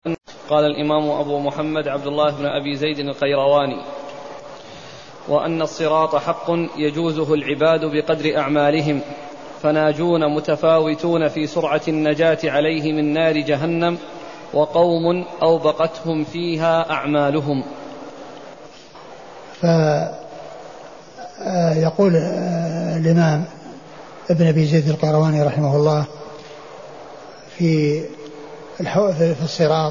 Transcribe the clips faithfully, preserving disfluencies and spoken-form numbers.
قال الإمام أبو محمد عبد الله بن أبي زيد القيرواني: وأن الصراط حق يجوزه العباد بقدر أعمالهم، فناجون متفاوتون في سرعة النجاة عليه من نار جهنم، وقوم أوبقتهم فيها أعمالهم. فيقول الإمام ابن أبي زيد القيرواني رحمه الله في في الصراط،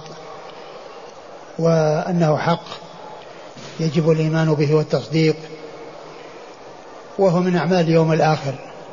وأنه حق يجب الإيمان به والتصديق، وهو من أعمال اليوم الآخر.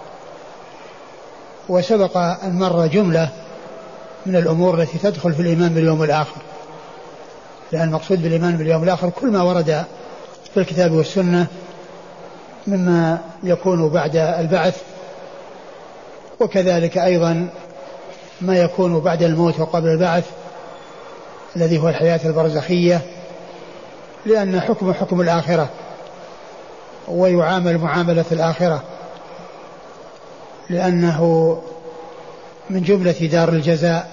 وسبق أن مر جملة من الأمور التي تدخل في الإيمان باليوم الآخر، لأن المقصود بالإيمان باليوم الآخر كل ما ورد في الكتاب والسنة مما يكون بعد البعث، وكذلك أيضا ما يكون بعد الموت وقبل البعث الذي هو الحياة البرزخية، لأن حكم حكم الآخرة ويعامل معاملة الآخرة، لأنه من جملة دار الجزاء،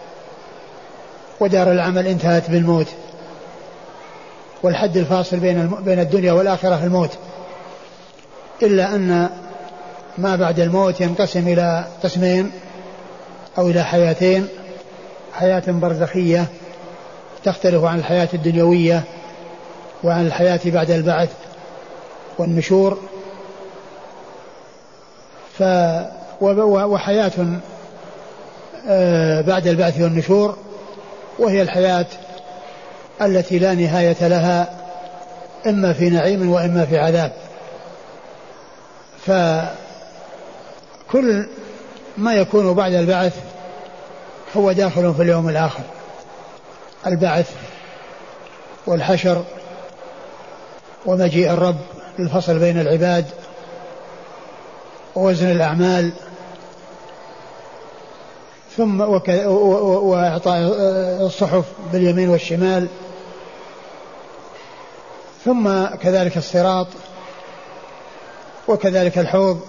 ودار العمل انتهت بالموت، والحد الفاصل بين بين الدنيا والآخرة الموت، إلا أن ما بعد الموت ينقسم إلى قسمين أو إلى حياتين: حياة برزخية تختلف عن الحياة الدنيوية وعن الحياة بعد البعث والنشور، ف وحياة بعد البعث والنشور، وهي الحياة التي لا نهاية لها، إما في نعيم وإما في عذاب. فكل ما يكون بعد البعث هو داخل في اليوم الآخر: البعث والحشر ومجيء الرب للفصل بين العباد ووزن الأعمال، ثم وإعطاء الصحف باليمين والشمال، ثم كذلك الصراط، وكذلك الحوض،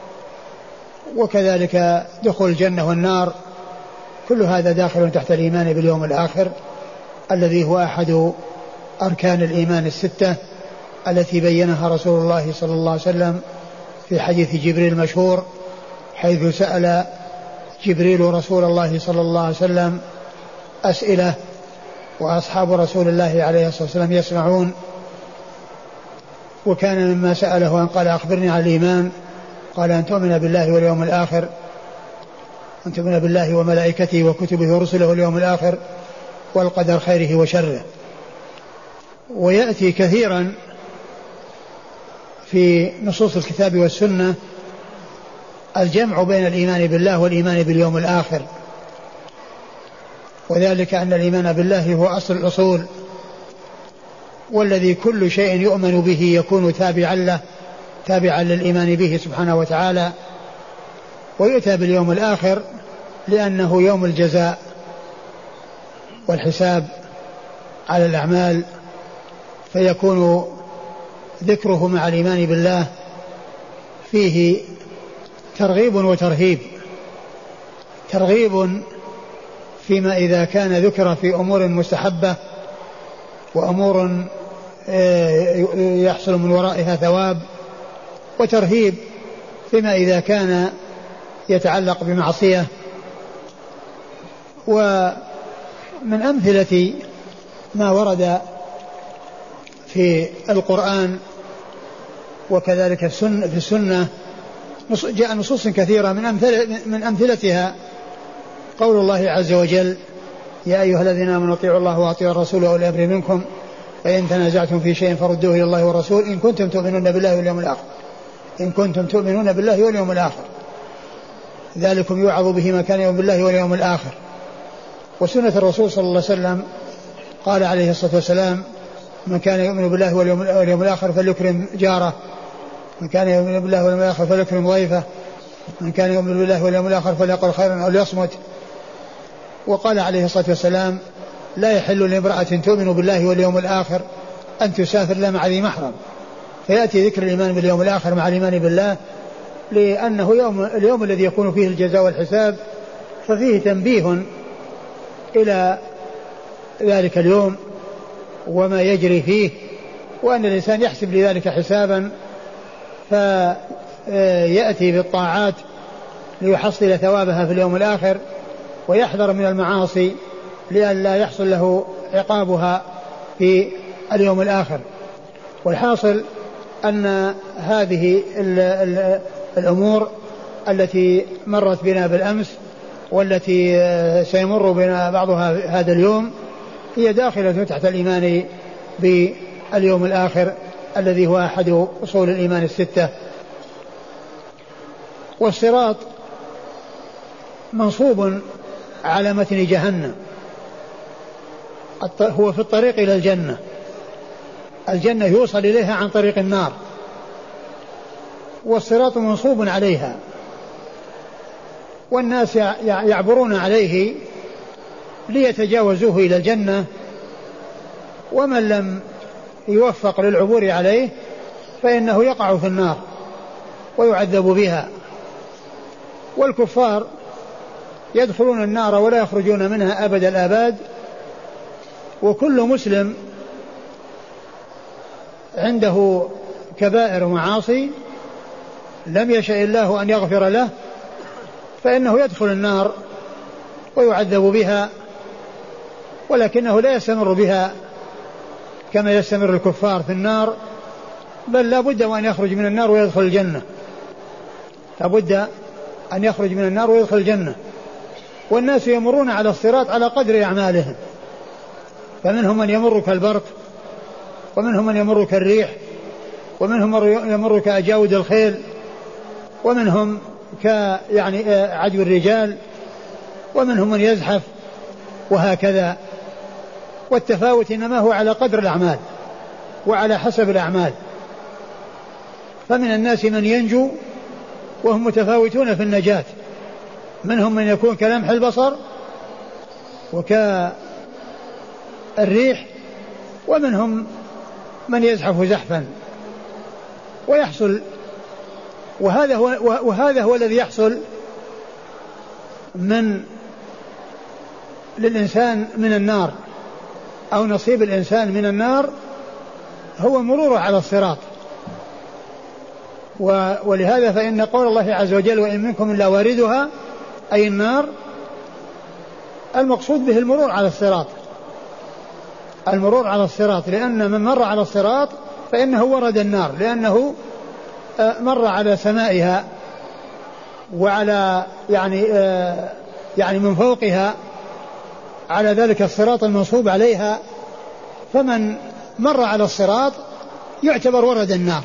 وكذلك دخول الجنة والنار. كل هذا داخل تحت الإيمان باليوم الآخر، الذي هو أحد أركان الإيمان الستة التي بينها رسول الله صلى الله عليه وسلم في حديث جبريل المشهور، حيث سأل جبريل رسول الله صلى الله عليه وسلم أسئلة، وأصحاب رسول الله عليه الصلاة والسلام يسمعون. وكان مما سأله أن قال: أخبرني عن الإيمان. قال: أن تؤمن بالله واليوم الآخر، أن تؤمن بالله وملائكته وكتبه ورسله واليوم الآخر والقدر خيره وشره. ويأتي كثيرا في نصوص الكتاب والسنة الجمع بين الإيمان بالله والإيمان باليوم الآخر، وذلك أن الإيمان بالله هو أصل الأصول، والذي كل شيء يؤمن به يكون تابعا له، تابعا للإيمان به سبحانه وتعالى. ويؤتى باليوم الآخر لأنه يوم الجزاء والحساب على الأعمال، فيكون ذكره مع الإيمان بالله فيه ترغيب وترهيب. ترغيب فيما إذا كان ذكر في أمور مستحبة وأمور يحصل من ورائها ثواب، وترهيب فيما إذا كان يتعلق بمعصية. ومن أمثلة ما ورد في القرآن وكذلك السنة في السنة جاء نصوص كثيرة، من, أمثل من أمثلتها قول الله عز وجل: يا أيها الذين آمنوا اطيعوا الله وأطيعوا الرسول وأولي الأمر منكم فإن تنازعتم في شيء فردوه إلى الله والرسول إن كنتم تؤمنون بالله واليوم الآخر إن كنتم تؤمنون بالله واليوم الآخر ذلكم يوعظ به من كان يؤمن بالله واليوم الآخر. وسنة الرسول صلى الله عليه وسلم قال عليه الصلاة والسلام: من كان يؤمن بالله واليوم الآخر فليكرم جاره، من كان يؤمن بالله واليوم الآخر فليكرم ضيفه، من كان يؤمن بالله واليوم الآخر فليقل خيرا أو ليصمت. وقال عليه الصلاة والسلام: لا يحل لامرأة تؤمن بالله واليوم الآخر أن تسافر لا مع ذي محرم. فيأتي ذكر الإيمان باليوم الآخر مع الإيمان بالله، لأنه يوم اليوم الذي يكون فيه الجزاء والحساب، ففيه تنبيه إلى ذلك اليوم وما يجري فيه، وأن الإنسان يحسب لذلك حسابا فيأتي بالطاعات ليحصل ثوابها في اليوم الآخر، ويحذر من المعاصي لئلا يحصل له عقابها في اليوم الآخر. والحاصل أن هذه الأمور التي مرت بنا بالأمس والتي سيمر بنا بعضها هذا اليوم هي داخلة تحت الإيمان باليوم الآخر الذي هو أحد أصول الإيمان الستة. والصراط منصوب على متن جهنم، هو في الطريق إلى الجنة، الجنة يوصل إليها عن طريق النار، والصراط منصوب عليها، والناس يعبرون عليه ليتجاوزوه إلى الجنة، ومن لم يوفق للعبور عليه فإنه يقع في النار ويعذب بها. والكفار يدخلون النار ولا يخرجون منها أبد الآباد، وكل مسلم عنده كبائر ومعاصي لم يشاء الله أن يغفر له فإنه يدخل النار ويعذب بها، ولكنه لا يستمر بها كما يستمر الكفار في النار، بل لا بد وأن يخرج من النار ويدخل الجنة، لا بد أن يخرج من النار ويدخل الجنة. والناس يمرون على الصراط على قدر أعمالهم، فمنهم من يمر كالبرق، ومنهم من يمر كالريح، ومنهم من يمر كأجاود الخيل، ومنهم ك يعني عدو الرجال، ومنهم من يزحف، وهكذا. والتفاوت إنما هو على قدر الأعمال وعلى حسب الأعمال. فمن الناس من ينجو وهم متفاوتون في النجاة، منهم من يكون كلمح البصر وكالريح، ومنهم من يزحف زحفا ويحصل. وهذا هو, وهذا هو الذي يحصل من للإنسان من النار، أو نصيب الإنسان من النار هو مروره على الصراط. ولهذا فإن قول الله عز وجل وإن منكم إلا واردها أي النار، المقصود به المرور على الصراط، المرور على الصراط، لأن من مر على الصراط فإنه ورد النار، لأنه مر على سمائها وعلى يعني يعني من فوقها على ذلك الصراط المنصوب عليها، فمن مر على الصراط يعتبر ورد النار.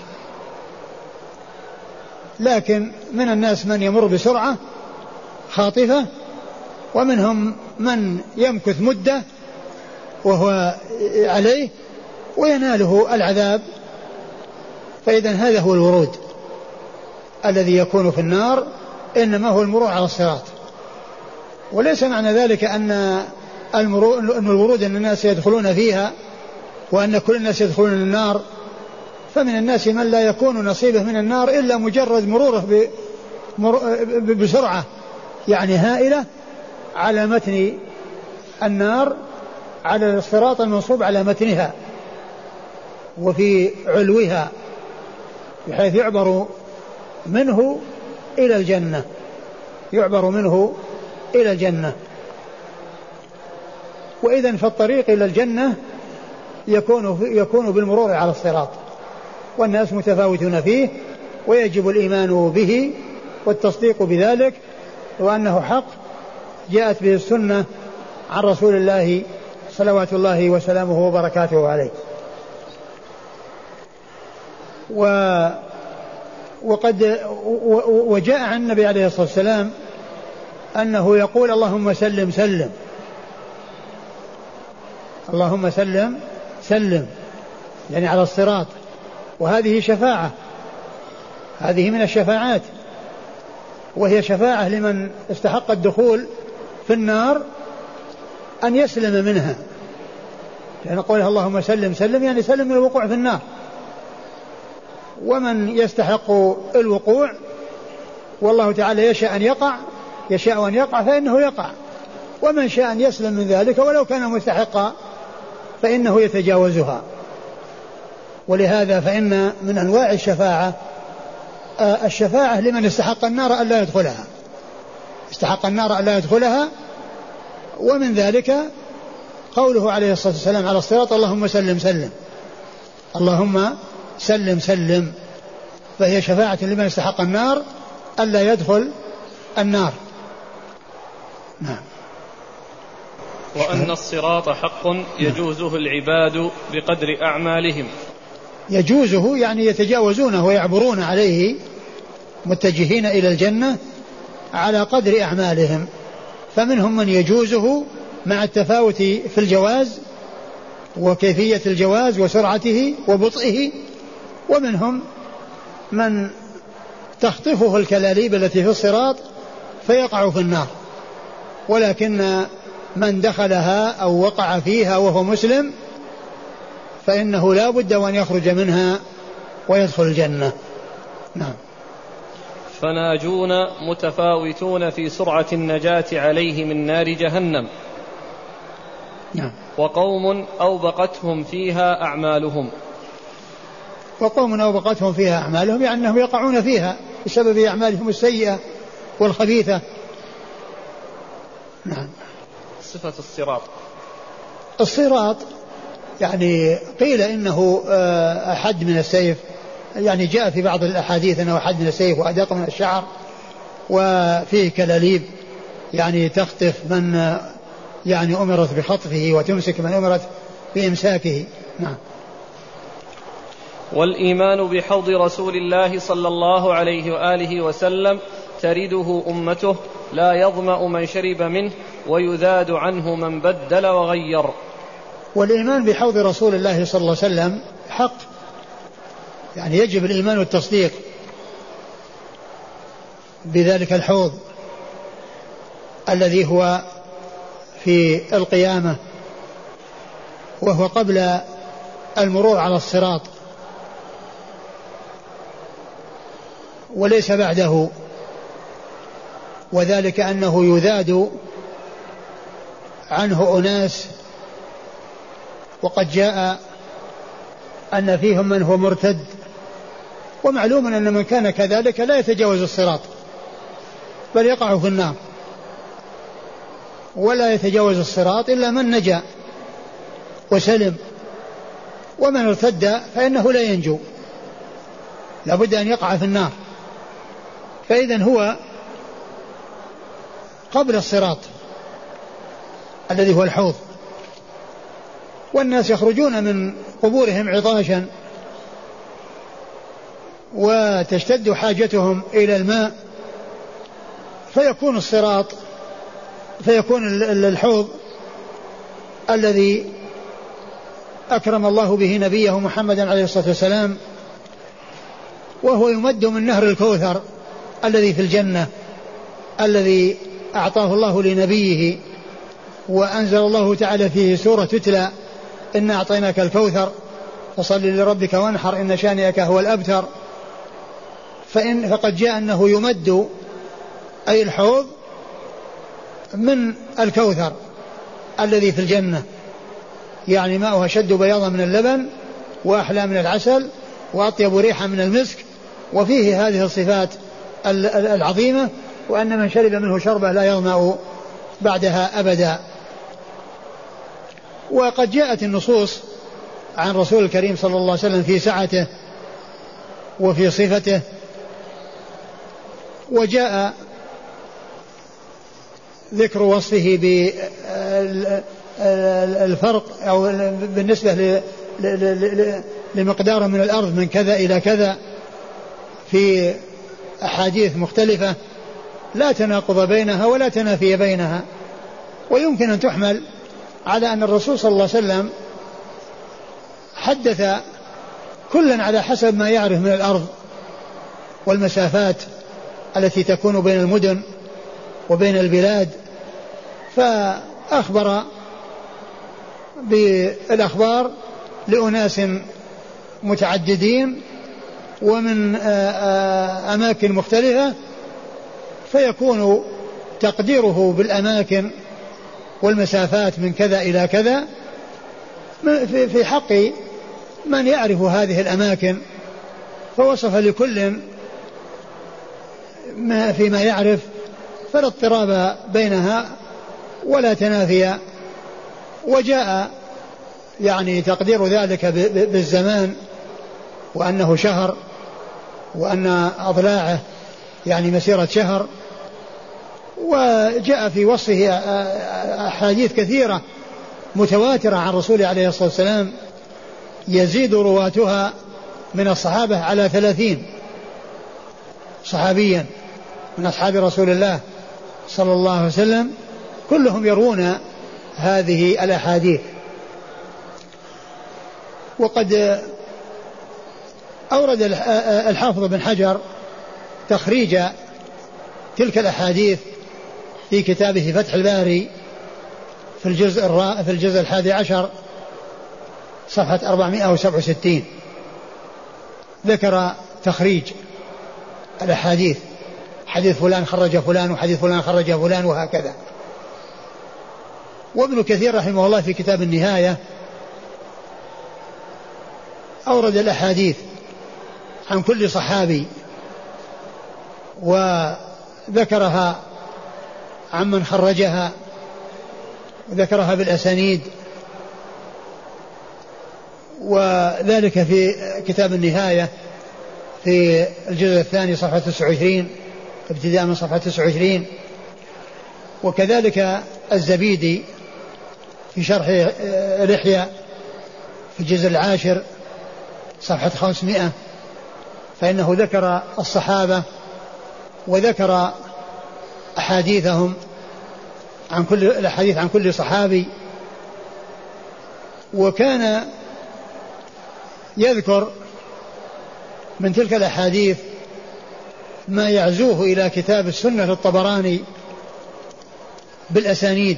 لكن من الناس من يمر بسرعة خاطفة، ومنهم من يمكث مدة وهو عليه ويناله العذاب. فإذا هذا هو الورود الذي يكون في النار، إنما هو المرور على الصراط. وليس معنى ذلك أن الورود أن الناس يدخلون فيها وأن كل الناس يدخلون النار. فمن الناس من لا يكون نصيبه من النار إلا مجرد مروره بسرعة يعني هائلة على متن النار، على الصراط المنصوب على متنها وفي علوها، بحيث يعبر منه إلى الجنة، يعبر منه إلى الجنة. وإذن فالطريق إلى الجنة يكون, يكون بالمرور على الصراط، والناس متفاوتون فيه، ويجب الإيمان به والتصديق بذلك، وأنه حق جاءت به السنة عن رسول الله صلوات الله وسلامه وبركاته عليه. و وقد وجاء عن النبي عليه الصلاة والسلام أنه يقول اللهم سلم سلم، اللهم سلم سلم، يعني على الصراط. وهذه شفاعة، هذه من الشفاعات، وهي شفاعة لمن استحق الدخول في النار أن يسلم منها، لأن قوله اللهم سلم سلم يعني سلم من الوقوع في النار. ومن يستحق الوقوع والله تعالى يشاء أن يقع يشاء أن يقع فإنه يقع، ومن شاء أن يسلم من ذلك ولو كان مستحق فإنه يتجاوزها. ولهذا فإن من أنواع الشفاعة الشفاعة لمن استحق النار ألا يدخلها استحق النار ألا يدخلها ومن ذلك قوله عليه الصلاة والسلام على الصراط اللهم سلم سلم اللهم سلم سلم، فهي شفاعة لمن استحق النار ألا يدخل النار. نعم. وأن الصراط حق يجوزه العباد بقدر أعمالهم. يجوزه يعني يتجاوزونه ويعبرون عليه متجهين إلى الجنة على قدر أعمالهم، فمنهم من يجوزه مع التفاوت في الجواز وكيفية الجواز وسرعته وبطئه، ومنهم من تخطفه الكلاليب التي في الصراط فيقع في النار، ولكن من دخلها أو وقع فيها وهو مسلم فإنه لا بد وأن يخرج منها ويدخل الجنة. نعم. فناجون متفاوتون في سرعة النجاة عليه من نار جهنم. نعم. وقوم أوبقتهم فيها أعمالهم. وقوم أوبقتهم فيها أعمالهم يعني أنهم يقعون فيها بسبب أعمالهم السيئة والخبيثة. نعم. صفة الصراط. الصراط يعني قيل إنه أحد من السيف، يعني جاء في بعض الأحاديث أنه أحد من السيف وأدق من الشعر، وفيه كلاليب يعني تخطف من يعني أمرت بخطفه وتمسك من أمرت بإمساكه. نعم. والإيمان بحوض رسول الله صلى الله عليه وآله وسلم ترده أمته لا يظمأ من شرب منه ويذاد عنه من بدل وغير. والإيمان بحوض رسول الله صلى الله عليه وسلم حق، يعني يجب الإيمان والتصديق بذلك الحوض الذي هو في القيامة، وهو قبل المرور على الصراط وليس بعده، وذلك أنه يذاد عنه أناس، وقد جاء أن فيهم من هو مرتد، ومعلوم أن من كان كذلك لا يتجاوز الصراط بل يقع في النار، ولا يتجاوز الصراط إلا من نجا وسلم، ومن ارتد فإنه لا ينجو، لابد أن يقع في النار. فإذن هو قبل الصراط الذي هو الحوض، والناس يخرجون من قبورهم عطاشا وتشتد حاجتهم إلى الماء، فيكون الصراط فيكون الحوض الذي أكرم الله به نبيه محمدا عليه الصلاة والسلام، وهو يمد من نهر الكوثر الذي في الجنة الذي أعطاه الله لنبيه، وأنزل الله تعالى فيه سورة تتلى إنا أعطيناك الكوثر فصل لربك وانحر إن شانئك هو الأبتر. فإن فقد جاء أنه يمد أي الحوض من الكوثر الذي في الجنة، يعني ماؤها شد بياضا من اللبن وأحلى من العسل وأطيب ريحا من المسك، وفيه هذه الصفات العظيمة، وأن من شرب منه شربة لا يظمأ بعدها أبدا. وقد جاءت النصوص عن رسول الكريم صلى الله عليه وسلم في سعته وفي صفته، وجاء ذكر وصفه بالفرق أو بالنسبة لمقدار من الأرض من كذا إلى كذا في أحاديث مختلفة لا تناقض بينها ولا تنافي بينها، ويمكن أن تحمل على أن الرسول صلى الله عليه وسلم حدث كلا على حسب ما يعرف من الأرض والمسافات التي تكون بين المدن وبين البلاد، فأخبر بالأخبار لأناس متعددين ومن أماكن مختلفة، فيكون تقديره بالأماكن والمسافات من كذا إلى كذا في حق من يعرف هذه الأماكن، فوصف لكل ما فيما يعرف، فلا اضطراب بينها ولا تنافي. وجاء يعني تقدير ذلك بالزمان، وأنه شهر، وأن أضلاعه يعني مسيرة شهر. وجاء في وصفه أحاديث كثيرة متواترة عن رسول عليه الصلاة والسلام يزيد رواتها من الصحابة على ثلاثين صحابيا من أصحاب رسول الله صلى الله عليه وسلم، كلهم يروون هذه الأحاديث. وقد أورد الحافظ بن حجر تخريج تلك الأحاديث في كتابه فتح الباري في الجزء في الجزء الحادي عشر صفحة أربعمائة وسبعة وستين، ذكر تخريج الأحاديث، حديث فلان خرج فلان، وحديث فلان خرج فلان، وهكذا. وابن كثير رحمه الله في كتاب النهاية أورد الأحاديث عن كل صحابي وذكرها عمن خرجها، وذكرها بالأسانيد، وذلك في كتاب النهاية في الجزء الثاني صفحة تسعة وعشرين ابتداء من صفحة تسعة وعشرين. وكذلك الزبيدي في شرح لحية في الجزء العاشر صفحة خمسمائة، فإنه ذكر الصحابة وذكر أحاديثهم عن كل الأحاديث عن كل صحابي، وكان يذكر من تلك الأحاديث ما يعزوه إلى كتاب السنة للطبراني بالأسانيد.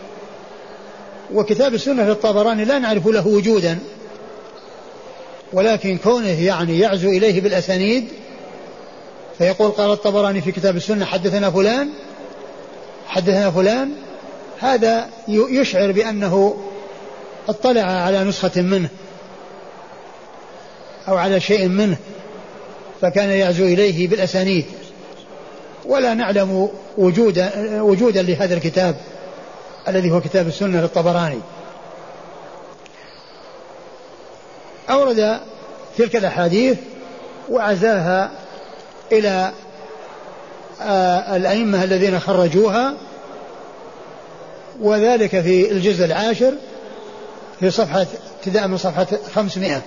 وكتاب السنة للطبراني لا نعرف له وجودا، ولكن كونه يعني يعزو إليه بالأسانيد، فيقول قال الطبراني في كتاب السنة حدثنا فلان حدثنا فلان، هذا يشعر بأنه اطلع على نسخة منه أو على شيء منه، فكان يعزو إليه بالأسانيد. ولا نعلم وجودا, وجودا لهذا الكتاب الذي هو كتاب السنة للطبراني. أورد تلك الأحاديث وعزاها إلى الأئمة الذين خرجوها، وذلك في الجزء العاشر في صفحة ابتداء من صفحة خمسمائة.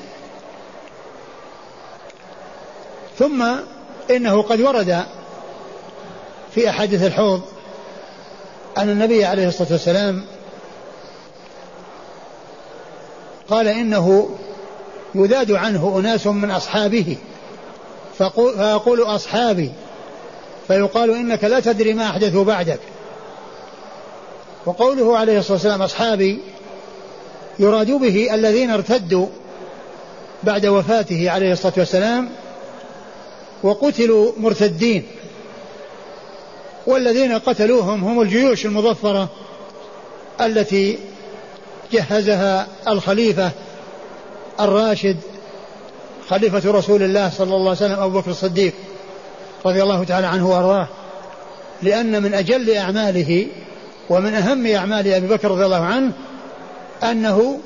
ثم إنه قد ورد في أحاديث الحوض أن النبي عليه الصلاة والسلام قال إنه يذاد عنه أناس من أصحابه فيقول أصحابي، فيقال إنك لا تدري ما أحدثوا بعدك. وقوله عليه الصلاة والسلام أصحابي يراد به الذين ارتدوا بعد وفاته عليه الصلاة والسلام وقتلوا مرتدين، والذين قتلوهم هم الجيوش المظفرة التي جهزها الخليفة الراشد خليفة رسول الله صلى الله عليه وسلم أبو بكر الصديق رضي الله تعالى عنه وأرضاه، لأن من أجل أعماله ومن أهم أعمال أبي بكر رضي الله عنه أنه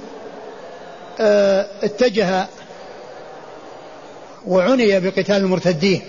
اتجه وعني بقتال المرتدين،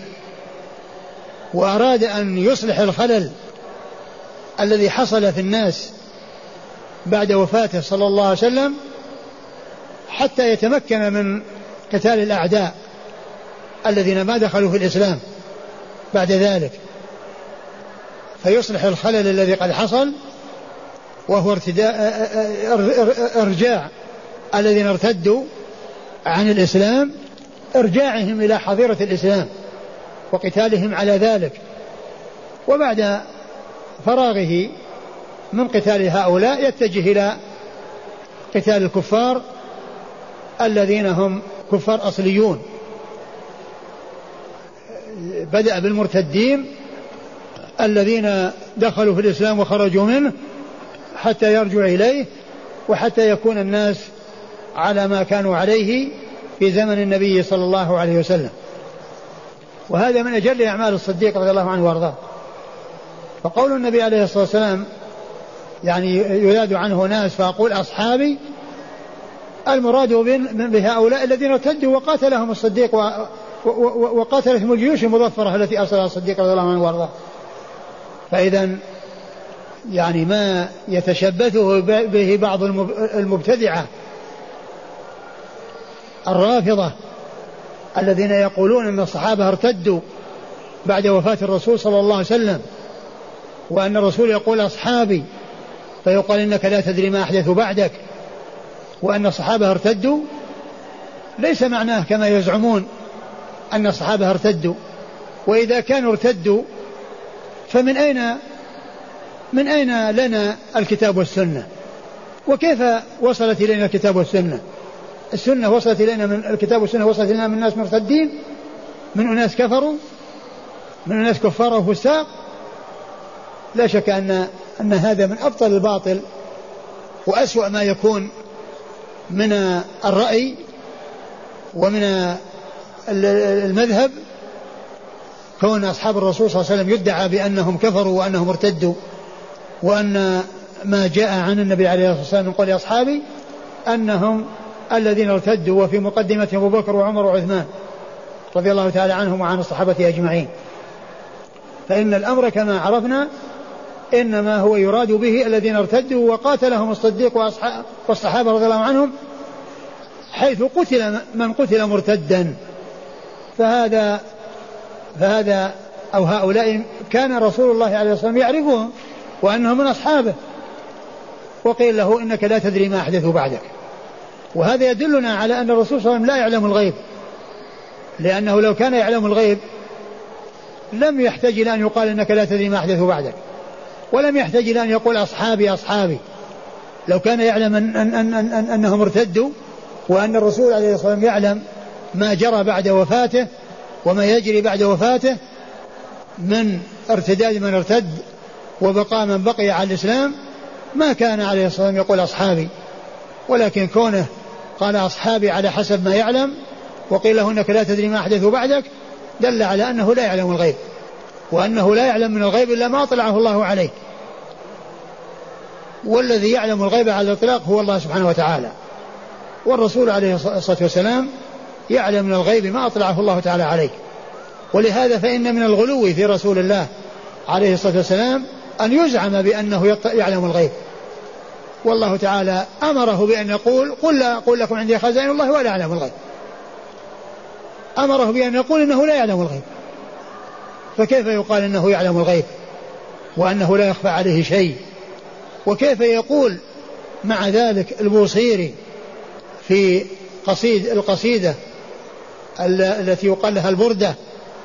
وأراد أن يصلح الخلل الذي حصل في الناس بعد وفاته صلى الله عليه وسلم حتى يتمكن من قتال الأعداء الذين ما دخلوا في الإسلام بعد ذلك، فيصلح الخلل الذي قد حصل، وهو ارتداء ارجاع الذين ارتدوا عن الإسلام، ارجاعهم إلى حظيرة الإسلام وقتالهم على ذلك. وبعد فراغه من قتال هؤلاء يتجه إلى قتال الكفار الذين هم كفار أصليون. بدأ بالمرتدين الذين دخلوا في الإسلام وخرجوا منه حتى يرجع إليه، وحتى يكون الناس على ما كانوا عليه في زمن النبي صلى الله عليه وسلم. وهذا من أجل أعمال الصديق رضي الله عنه وارضاه. فقول النبي عليه الصلاة والسلام يعني يذاد عنه ناس فأقول أصحابي، المراد بهؤلاء الذين ارتدوا وقاتلهم الصديق وقاتلتهم الجيوش المظفرة التي أرسلها الصديق رضي الله عنه وارضاه. فإذا يعني ما يتشبثه به بعض المبتدعة الرافضة الذين يقولون أن الصحابة ارتدوا بعد وفاة الرسول صلى الله عليه وسلم، وأن الرسول يقول أصحابي فيقال إنك لا تدري ما أحدثوا بعدك، وأن الصحابة ارتدوا، ليس معناه كما يزعمون أن الصحابة ارتدوا. وإذا كانوا ارتدوا فمن أين من أين لنا الكتاب والسنة؟ وكيف وصلت إلينا الكتاب والسنة؟ السنة وصلت إلينا من الكتاب والسنة وصلت إلينا من الناس مرتدين، من أناس كفروا، من أناس كفار وفساق. لا شك أن أن هذا من أبطل الباطل وأسوأ ما يكون من الرأي ومن المذهب، كون أصحاب الرسول صلى الله عليه وسلم يدعى بأنهم كفروا وأنهم ارتدوا، وأن ما جاء عن النبي عليه الصلاة والسلام من قول أصحابي أنهم الذين ارتدوا، وفي مقدمتهم أبو بكر وعمر وعثمان رضي الله تعالى عنهم وعن الصحابة أجمعين. فإن الأمر كما عرفنا إنما هو يراد به الذين ارتدوا وقاتلهم الصديق والصحابة رضي الله عنهم، حيث قتل من قتل مرتدا. فهذا فهذا أو هؤلاء كان رسول الله عليه الصلاة والسلام يعرفهم وأنهم من أصحابه، وقيل له إنك لا تدري ما أحدثوا بعدك. وهذا يدلنا على أن الرسول صلى الله عليه وسلم لا يعلم الغيب، لأنه لو كان يعلم الغيب لم يحتاج إلى أن يقال إنك لا تدري ما أحدثوا بعدك، ولم يحتاج إلى أن يقول أصحابي أصحابي. لو كان يعلم أن أن أن أن أنهم ارتدوا، وأن الرسول عليه الصلاة والسلام يعلم ما جرى بعد وفاته وما يجري بعد وفاته من ارتداد من ارتد وبقاء من بقي على الإسلام، ما كان عليه الصلاة والسلام يقول أصحابي. ولكن كونه قال أصحابي على حسب ما يعلم، وقيل له إنك لا تدري ما أحدثوا بعدك، دل على أنه لا يعلم الغيب، وأنه لا يعلم من الغيب إلا ما أطلعه الله عليه. والذي يعلم الغيب على الإطلاق هو الله سبحانه وتعالى، والرسول عليه الصلاة والسلام يعلم من الغيب ما أطلعه الله تعالى عليه. ولهذا فإن من الغلو في رسول الله عليه الصلاة والسلام أن يزعم بأنه يعلم الغيب، والله تعالى أمره بأن يقول قل لا أقول لكم عندي خزائن الله ولا أعلم الغيب، أمره بأن يقول إنه لا يعلم الغيب. فكيف يقال إنه يعلم الغيب وأنه لا يخفى عليه شيء؟ وكيف يقول مع ذلك البوصيري في قصيد القصيدة التي يقال لها البردة: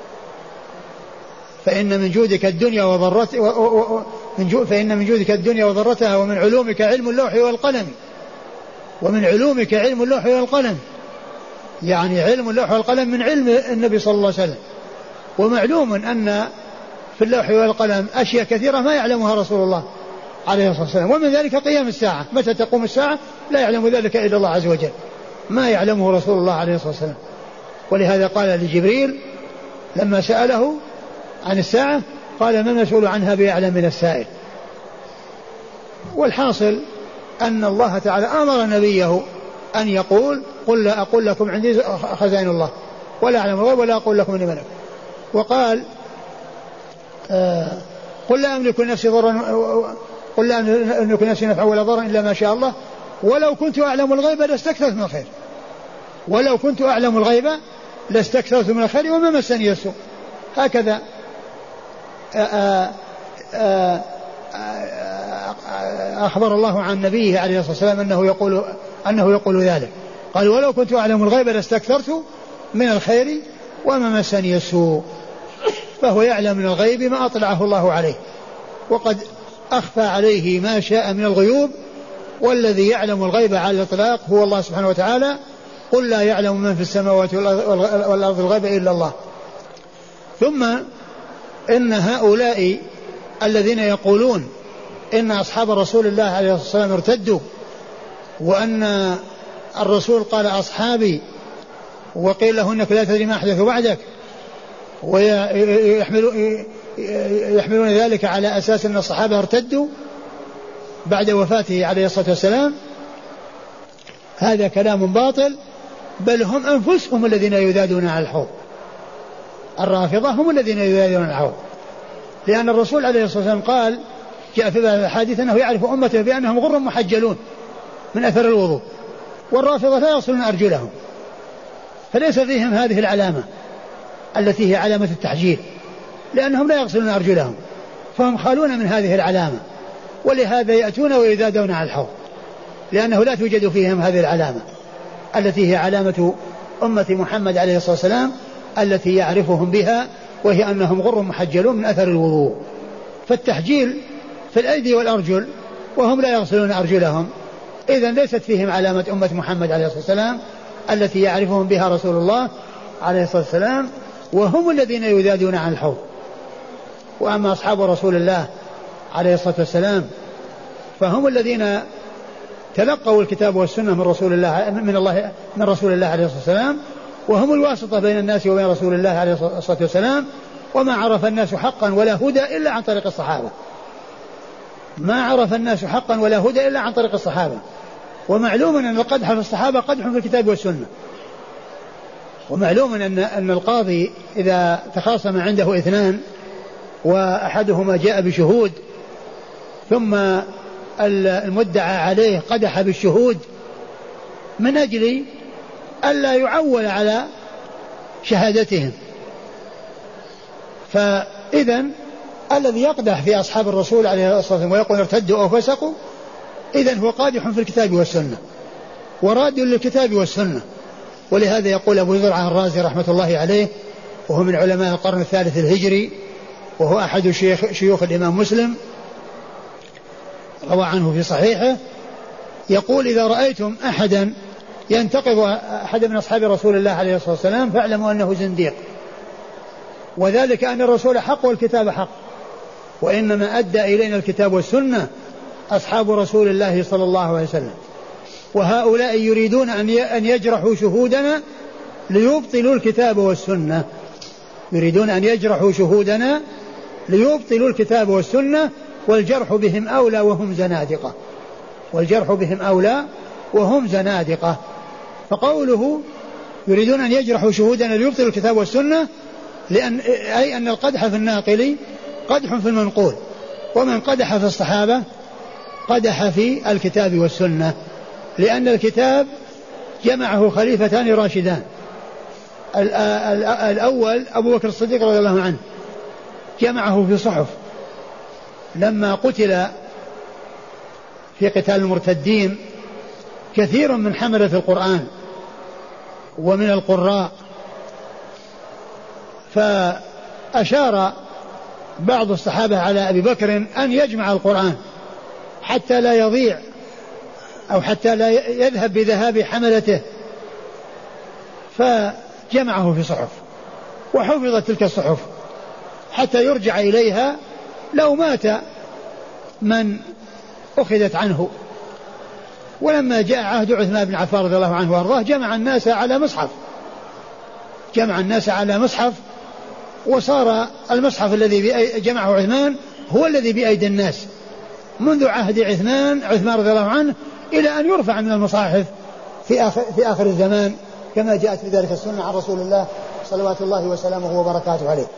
فإن من جودك الدنيا وضرتها فإن من جودك الدنيا وضرتها ومن علومك علم اللوح والقلم. ومن علومك علم اللوح والقلم، يعني علم اللوح والقلم من علم النبي صلى الله عليه وسلم. ومعلوم أن في اللوح والقلم أشياء كثيرة ما يعلمها رسول الله عليه الصلاة والسلام، ومن ذلك قيام الساعة، متى تقوم الساعة لا يعلم ذلك إلا الله عز وجل، ما يعلمه رسول الله عليه الصلاة والسلام. ولهذا قال لجبريل لما سأله عن الساعة قال: ما المسؤول عنها بأعلم من السائل. والحاصل أن الله تعالى أمر نبيه أن يقول: قل لا أقول لكم عندي خزائن الله ولا أعلم الغيب ولا أقول لكم إني ملك. وقال: آه قل لا أملك نفسي ضرا قل لا أملك نفسي نفعا ولا ضرا إلا ما شاء الله ولو كنت أعلم الغيب لاستكثرت من الخير ولو كنت أعلم الغيب لاستكثرت من الخير وما مسني السوء. هكذا آآ آآ أخبر الله عن نبيه عليه الصلاة والسلام أنه يقول أنه يقول ذلك. قال: ولو كنت أعلم الغيب لاستكثرت من الخير وما مسني السوء. فهو يعلم من الغيب ما أطلعه الله عليه، وقد أخفى عليه ما شاء من الغيوب، والذي يعلم الغيب على الإطلاق هو الله سبحانه وتعالى. قل لا يعلم من في السماوات والأرض الغيب إلا الله. ثم إن هؤلاء الذين يقولون إن أصحاب رسول الله عليه الصلاة والسلام ارتدوا وأن الرسول قال أصحابي وقيل له إنك لا تدري ما أحدث بعدك، ويحملون ذلك على أساس أن الصحابة ارتدوا بعد وفاته عليه الصلاة والسلام، هذا كلام باطل، بل هم أنفسهم الذين يذادون على الحوض. الرافضة هم الذين يذادون على الحوض، لأن الرسول عليه الصلاة والسلام قال جاء في الحديث أنه يعرف أمته بأنهم غر محجلون من أثر الوضوء، والرافضة لا يصلون أرجلهم، فليس فيهم هذه العلامة التي هي علامة التحجيل، لأنهم لا يغسلون أرجلهم، فهم خالون من هذه العلامة، ولهذا يأتون ويذادون على الحوض، لأنه لا توجد فيهم هذه العلامة التي هي علامة أمة محمد عليه الصلاة والسلام التي يعرفهم بها، وهي أنهم غر محجلون من أثر الوضوء. فالتحجيل في الأيدي والأرجل وهم لا يغسلون أرجلهم، إذن ليست فيهم علامة أمة محمد عليه الصلاة والسلام التي يعرفهم بها رسول الله عليه الصلاة والسلام، وهم الذين يذادون عن الحوض. وأما أصحاب رسول الله عليه الصلاة والسلام فهم الذين تلقوا الكتاب والسنة من رسول الله من الله من رسول الله عليه الصلاة والسلام، وهم الواسطة بين الناس وبين رسول الله عليه الصلاة والسلام. وما عرف الناس حقا ولا هدى إلا عن طريق الصحابة، ما عرف الناس حقا ولا هدى إلا عن طريق الصحابة. ومعلوم أن القدح في الصحابة قدح في الكتاب والسنة، ومعلوم أن أن القاضي إذا تخاصم عنده اثنان وأحدهما جاء بشهود ثم المدعى عليه قدح بالشهود من أجل ألا يعول على شهادتهم، فإذن الذي يقدح في أصحاب الرسول عليه الصلاة والسلام ويقول ارتدوا أو فسقوا إذن هو قادح في الكتاب والسنة وراد للكتاب والسنة. ولهذا يقول أبو زرعة الرازي رحمة الله عليه، وهو من علماء القرن الثالث الهجري، وهو أحد شيخ شيوخ الإمام مسلم، روى عنه في صحيحه، يقول إذا رأيتم أحدا ينتقض أحد من أصحاب رسول الله عليه الصلاة والسلام فاعلموا أنه زنديق، وذلك أن الرسول حق والكتاب حق، وإنما أدى إلينا الكتاب والسنة أصحاب رسول الله صلى الله عليه وسلم، وهؤلاء يريدون أن يجرحوا شهودنا ليبطلوا الكتاب والسنة، يريدون أن يجرحوا شهودنا ليبطلوا الكتاب والسنة، والجرح بهم أولى وهم زنادقة، والجرح بهم أولى وهم زنادقة. فقوله يريدون أن يجرحوا شهودنا ليبطلوا الكتاب والسنة، لأن أي أن القدح في الناقل قدح في المنقول، ومن قدح في الصحابة قدح في الكتاب والسنة، لأن الكتاب جمعه خليفتان راشدان، الأول أبو بكر الصديق رضي الله عنه جمعه في صحف لما قتل في قتال المرتدين كثير من حملة القرآن ومن القراء، فأشار بعض الصحابة على أبي بكر أن يجمع القرآن حتى لا يضيع أو حتى لا يذهب بذهاب حملته، فجمعه في صحف وحفظت تلك الصحف حتى يرجع إليها لو مات من أخذت عنه. ولما جاء عهد عثمان بن عفان رضي الله عنه وارضاه جمع الناس على مصحف، جمع الناس على مصحف، وصار المصحف الذي جمعه عثمان هو الذي بأيدي الناس منذ عهد عثمان عثمان رضي الله عنه إلى أن يرفع من المصاحف في آخر, في آخر الزمان، كما جاءت بذلك السنة عن رسول الله صلوات الله وسلامه وبركاته عليه.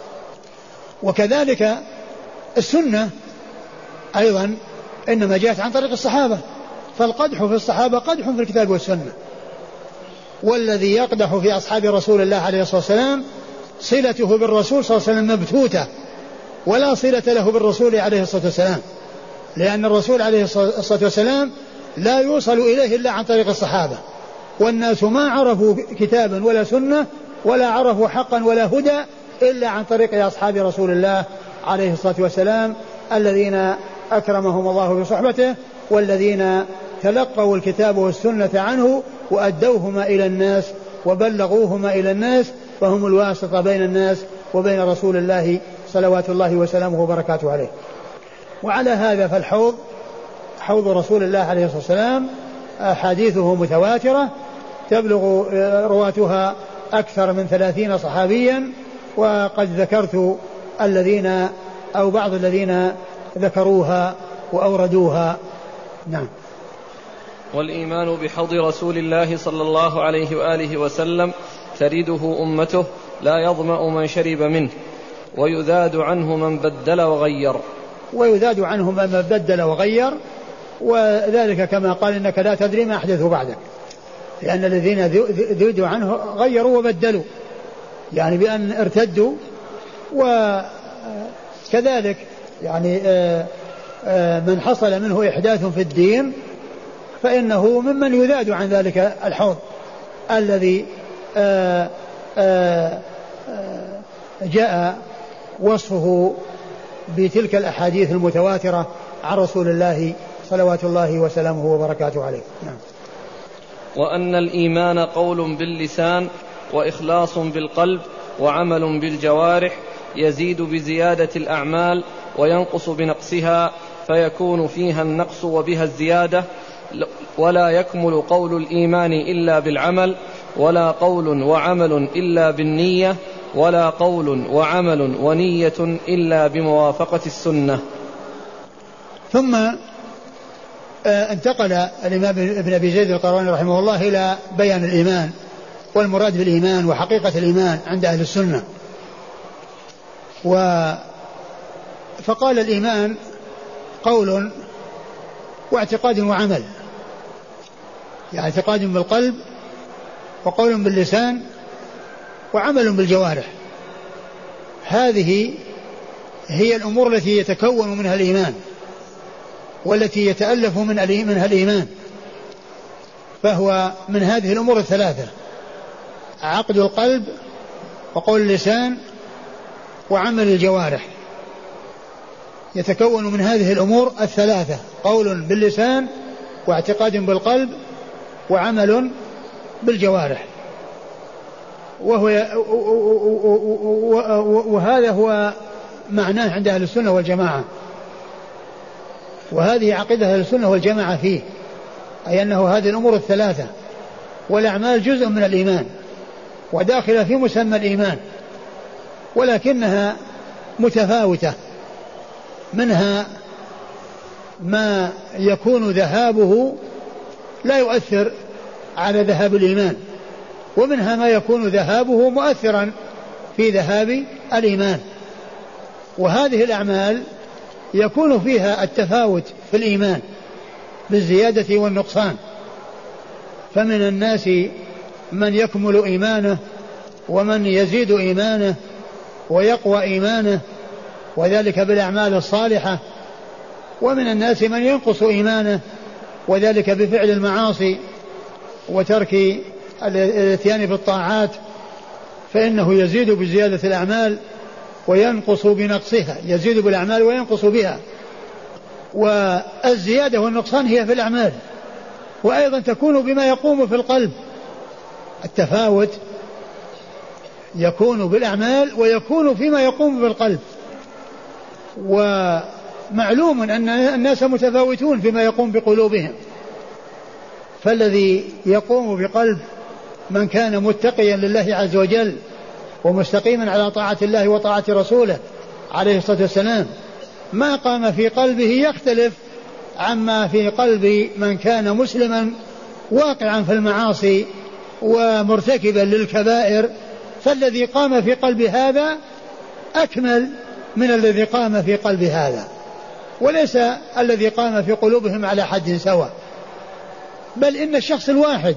وكذلك السنة أيضا إنما جاءت عن طريق الصحابة، فالقدح في الصحابة قدح في الكتاب والسنة، والذي يقدح في أصحاب رسول الله عليه الصلاة والسلام صلته بالرسول صلى الله عليه وسلم مبتوتة، ولا صلة له بالرسول عليه الصلاة والسلام، لأن الرسول عليه الصلاة والسلام لا يوصل إليه إلا عن طريق الصحابة، والناس ما عرفوا كتابا ولا سنة ولا عرفوا حقا ولا هدى إلا عن طريق أصحاب رسول الله عليه الصلاة والسلام الذين أكرمهم الله بصحبته، والذين تلقوا الكتاب والسنة عنه وأدوهما إلى الناس وبلغوهما إلى الناس، فهم الواسطة بين الناس وبين رسول الله صلوات الله وسلامه وبركاته عليه. وعلى هذا فالحوض حوض رسول الله عليه الصلاة والسلام أحاديثه متواترة تبلغ رواتها أكثر من ثلاثين صحابيا، وقد ذكرت الذين أو بعض الذين ذكروها وأوردوها. نعم. والإيمان بحوض رسول الله صلى الله عليه وآله وسلم ترده أمته لا يظمأ من شرب منه، ويذاد عنه من بدل وغير. ويذاد عنه من بدل وغير، وذلك كما قال إنك لا تدري ما أحدثوا بعدك، لأن الذين ذودوا عنه غيروا وبدلوا، يعني بأن ارتدوا. وكذلك يعني من حصل منه إحداث في الدين فإنه ممن يذاد عن ذلك الحوض الذي جاء وصفه بتلك الأحاديث المتواترة عن رسول الله صلوات الله وسلامه وبركاته عليه. نعم. وأن الإيمان قول باللسان وإخلاص بالقلب وعمل بالجوارح، يزيد بزيادة الأعمال وينقص بنقصها، فيكون فيها النقص وبها الزيادة، ولا يكمل قول الإيمان إلا بالعمل، ولا قول وعمل إلا بالنية، ولا قول وعمل ونية إلا بموافقة السنة. ثم انتقل الإمام ابن أبي زيد القيرواني رحمه الله إلى بيان الإيمان والمراد بالإيمان وحقيقة الإيمان عند أهل السنة. و فقال الإيمان قول واعتقاد وعمل، يعني اعتقاد بالقلب وقول باللسان وعمل بالجوارح. هذه هي الأمور التي يتكون منها الإيمان والتي يتألف منها الإيمان. فهو من هذه الأمور الثلاثة: عقد القلب وقول اللسان وعمل الجوارح. يتكون من هذه الأمور الثلاثة: قول باللسان واعتقاد بالقلب وعمل بالجوارح. وهو وهذا هو معناه عند أهل السنة والجماعة، وهذه عقيدة أهل السنة والجماعة فيه، أي أنه هذه الأمور الثلاثة والأعمال جزء من الإيمان وداخلة في مسمى الإيمان، ولكنها متفاوتة. منها ما يكون ذهابه لا يؤثر على ذهاب الإيمان، ومنها ما يكون ذهابه مؤثرا في ذهاب الإيمان. وهذه الأعمال يكون فيها التفاوت في الإيمان بالزيادة والنقصان. فمن الناس من يكمل إيمانه ومن يزيد إيمانه ويقوى إيمانه، وذلك بالأعمال الصالحة. ومن الناس من ينقص إيمانه، وذلك بفعل المعاصي وترك الاتيان بالطاعات، فإنه يزيد بزيادة الأعمال وينقص بنقصها، يزيد بالأعمال وينقص بها. والزيادة والنقصان هي في الأعمال، وأيضا تكون بما يقوم في القلب. التفاوت يكون بالأعمال ويكون فيما يقوم في القلب. ومعلوم أن الناس متفاوتون فيما يقوم بقلوبهم، فالذي يقوم بقلب من كان متقيا لله عز وجل ومستقيما على طاعة الله وطاعة رسوله عليه الصلاة والسلام، ما قام في قلبه يختلف عما في قلب من كان مسلما واقعا في المعاصي ومرتكبا للكبائر. فالذي قام في قلب هذا أكمل من الذي قام في قلب هذا، وليس الذي قام في قلوبهم على حد سواء، بل إن الشخص الواحد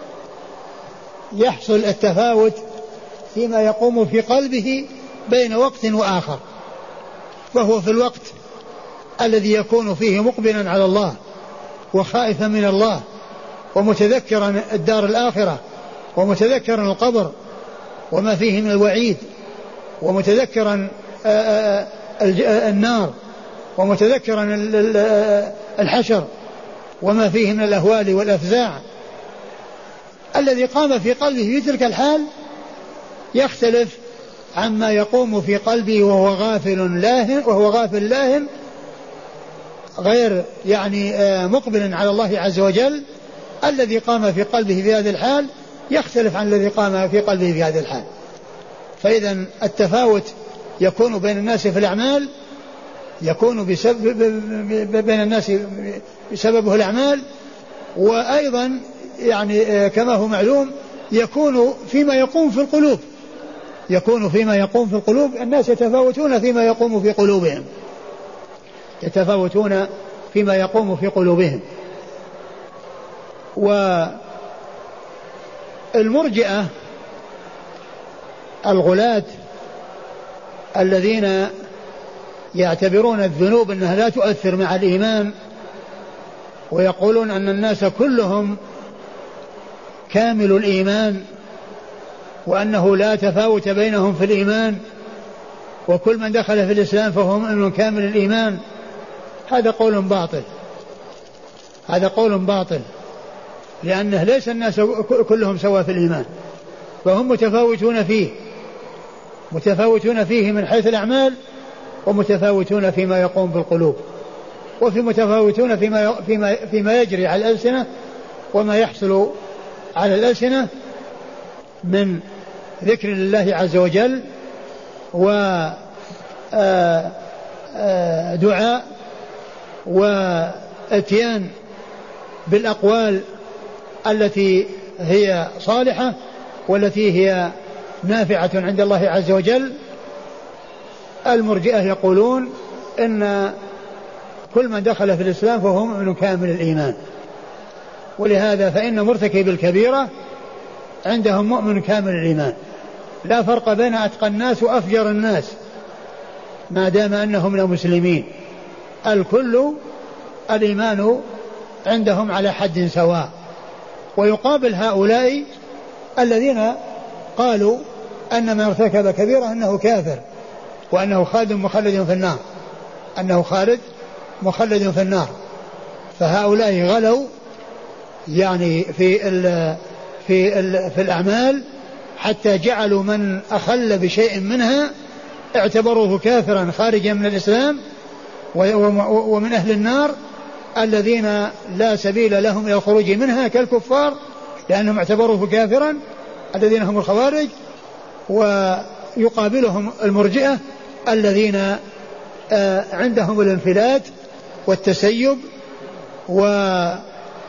يحصل التفاوت فيما يقوم في قلبه بين وقت وآخر. وهو في الوقت الذي يكون فيه مقبلا على الله وخائفا من الله ومتذكرا الدار الآخرة ومتذكرا القبر وما فيه من الوعيد، ومتذكرا النار، ومتذكرا الحشر وما فيه من الأهوال والأفزاع. الذي قام في قلبه في تلك الحال يختلف عما يقوم في قلبه وهو غافل لاهن وهو غافل لاهن غير يعني مقبل على الله عز وجل، الذي قام في قلبه في هذه الحال يختلف عن الذي قام في قلبه في هذه الحال. فإذا التفاوت يكون بين الناس في الأعمال، يكون بسبب بين الناس بسببه الأعمال، وأيضا يعني كما هو معلوم يكون فيما يقوم في القلوب، يكون فيما يقوم في القلوب. الناس يتفاوتون فيما يقوم في قلوبهم، يتفاوتون فيما يقوم في قلوبهم. والمرجئة الغلاة الذين يعتبرون الذنوب أنها لا تؤثر مع الإيمان، ويقولون أن الناس كلهم كامل الإيمان، وأنه لا تفاوت بينهم في الإيمان، وكل من دخل في الإسلام فهو مؤمن كامل الإيمان. هذا قول باطل، هذا قول باطل، لأنه ليس الناس كلهم سواء في الإيمان، فهم متفاوتون فيه، متفاوتون فيه من حيث الأعمال، ومتفاوتون فيما يقوم بالقلوب، وفي متفاوتون فيما فيما فيما يجري على الألسنة وما يحصل على الألسنة من ذكر الله عز وجل ودعاء واتيان بالأقوال التي هي صالحة والتي هي نافعة عند الله عز وجل. المرجئة يقولون إن كل من دخل في الإسلام فهو مؤمن كامل الإيمان، ولهذا فإن مرتكب الكبيرة عندهم مؤمن كامل الإيمان، لا فرق بين أتقى الناس وأفجر الناس ما دام أنهم من المسلمين، الكل الإيمان عندهم على حد سواء. ويقابل هؤلاء الذين قالوا أن من ارتكب كبيرة أنه كافر، وأنه خالد مخلد في النار، أنه خالد مخلد في النار. فهؤلاء غلوا يعني في ال في ال في الأعمال حتى جعلوا من أخل بشيء منها اعتبروه كافرا خارجا من الإسلام ومن أهل النار الذين لا سبيل لهم إلى الخروج منها كالكفار، لأنهم اعتبروه كافرا الذين هم الخوارج. ويقابلهم المرجئة الذين عندهم الانفلات والتسيب وكون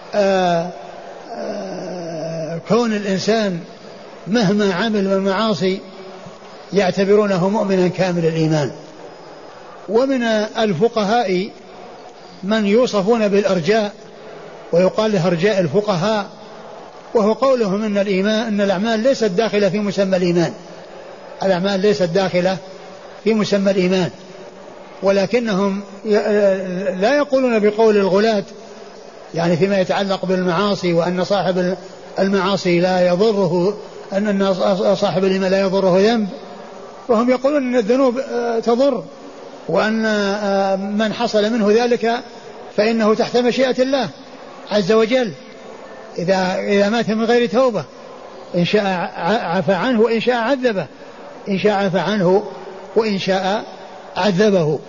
الإنسان مهما عمل من المعاصي يعتبرونه مؤمنا كامل الإيمان. ومن الفقهاء من يوصفون بالأرجاء ويقال له أرجاء الفقهاء، وهو قولهم إن الإيمان إن الأعمال ليست داخلة في مسمى الإيمان، الأعمال ليست داخلة في مسمى الإيمان، ولكنهم لا يقولون بقول الغلاة يعني فيما يتعلق بالمعاصي وأن صاحب المعاصي لا يضره، أن صاحب الإيمان لا يضره ذنب، وهم يقولون أن الذنوب تضر، وأن من حصل منه ذلك فإنه تحت مشيئة الله عز وجل إذا إذا مات من غير توبة، إن شاء عفى عنه وإن شاء عذبه، إن شاء عفى عنه وإن شاء عذبه.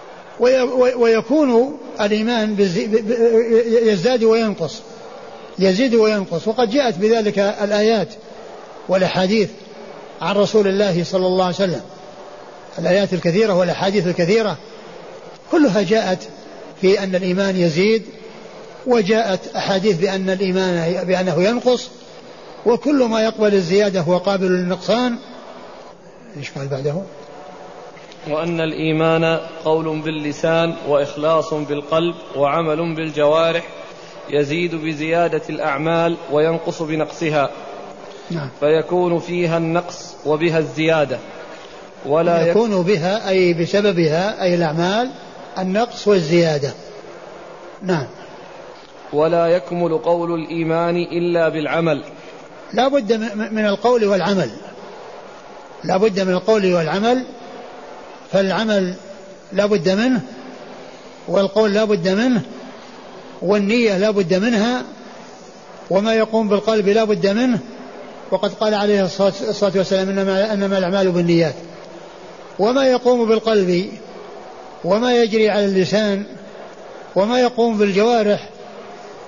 ويكون الإيمان يزداد وينقص، يزيد وينقص، وقد جاءت بذلك الآيات والأحاديث عن رسول الله صلى الله عليه وسلم، الآيات الكثيرة والأحاديث الكثيرة كلها جاءت في أن الإيمان يزيد، وجاءت أحاديث بأن الإيمان بأنه ينقص، وكل ما يقبل الزيادة هو قابل للنقصان. إيش قال بعده؟ وأن الإيمان قول باللسان وإخلاص بالقلب وعمل بالجوارح، يزيد بزيادة الأعمال وينقص بنقصها. نعم. فيكون فيها النقص وبها الزيادة، ولا يكون بها أي بسببها أي الأعمال النقص والزيادة. نعم. ولا يكمل قول الإيمان إلا بالعمل، لا بد من القول والعمل، لا بد من القول والعمل، فالعمل لا بد منه، والقول لا بد منه، والنية لا بد منها، وما يقوم بالقلب لا بد منه. وقد قال عليه الصلاة والسلام إنما, إنما الأعمال بالنيات. وما يقوم بالقلب وما يجري على اللسان وما يقوم بالجوارح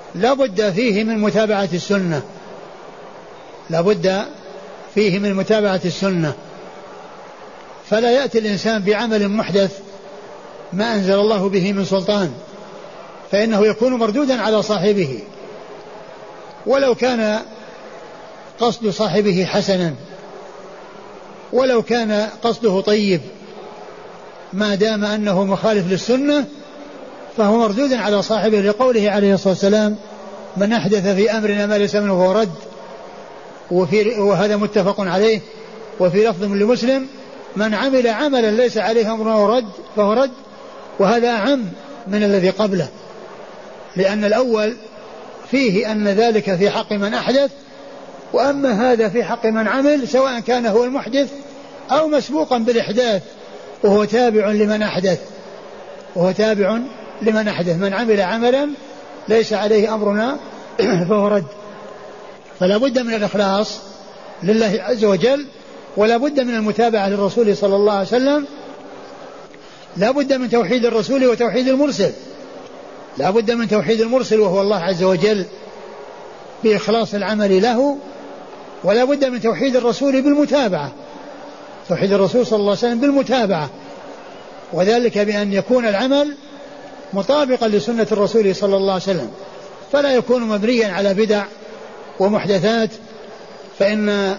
لا بد فيه من متابعة السنة لا بد فيه من متابعة السنة فلا يأتي الإنسان بعمل محدث ما أنزل الله به من سلطان، فإنه يكون مردودا على صاحبه ولو كان قصد صاحبه حسنا، ولو كان قصده طيب، ما دام أنه مخالف للسنة فهو مردود على صاحبه، لقوله عليه الصلاة والسلام: من أحدث في أمرنا ما ليس منه فهو رد. وفي وهذا متفق عليه. وفي لفظ لمسلم: من عمل عملا ليس عليه أمرنا فهو رد فهو رد. وهذا أعم من الذي قبله، لأن الأول فيه أن ذلك في حق من أحدث، وأما هذا في حق من عمل، سواء كان هو المحدث أو مسبوقا بالإحداث وهو تابع لمن أحدث وهو تابع لمن أحدث. من عمل عملا ليس عليه أمرنا فهو رد. فلا بد من الإخلاص لله عز وجل، ولا بد من المتابعة للرسول صلى الله عليه وسلم، لا بد من توحيد الرسول وتوحيد المرسل، لا بد من توحيد المرسل وهو الله عز وجل بإخلاص العمل له، ولا بد من توحيد الرسول بالمتابعة، توحيد الرسول صلى الله عليه وسلم بالمتابعة، وذلك بأن يكون العمل مطابقا لسنة الرسول صلى الله عليه وسلم، فلا يكون مبنيا على بدع ومحدثات، فإن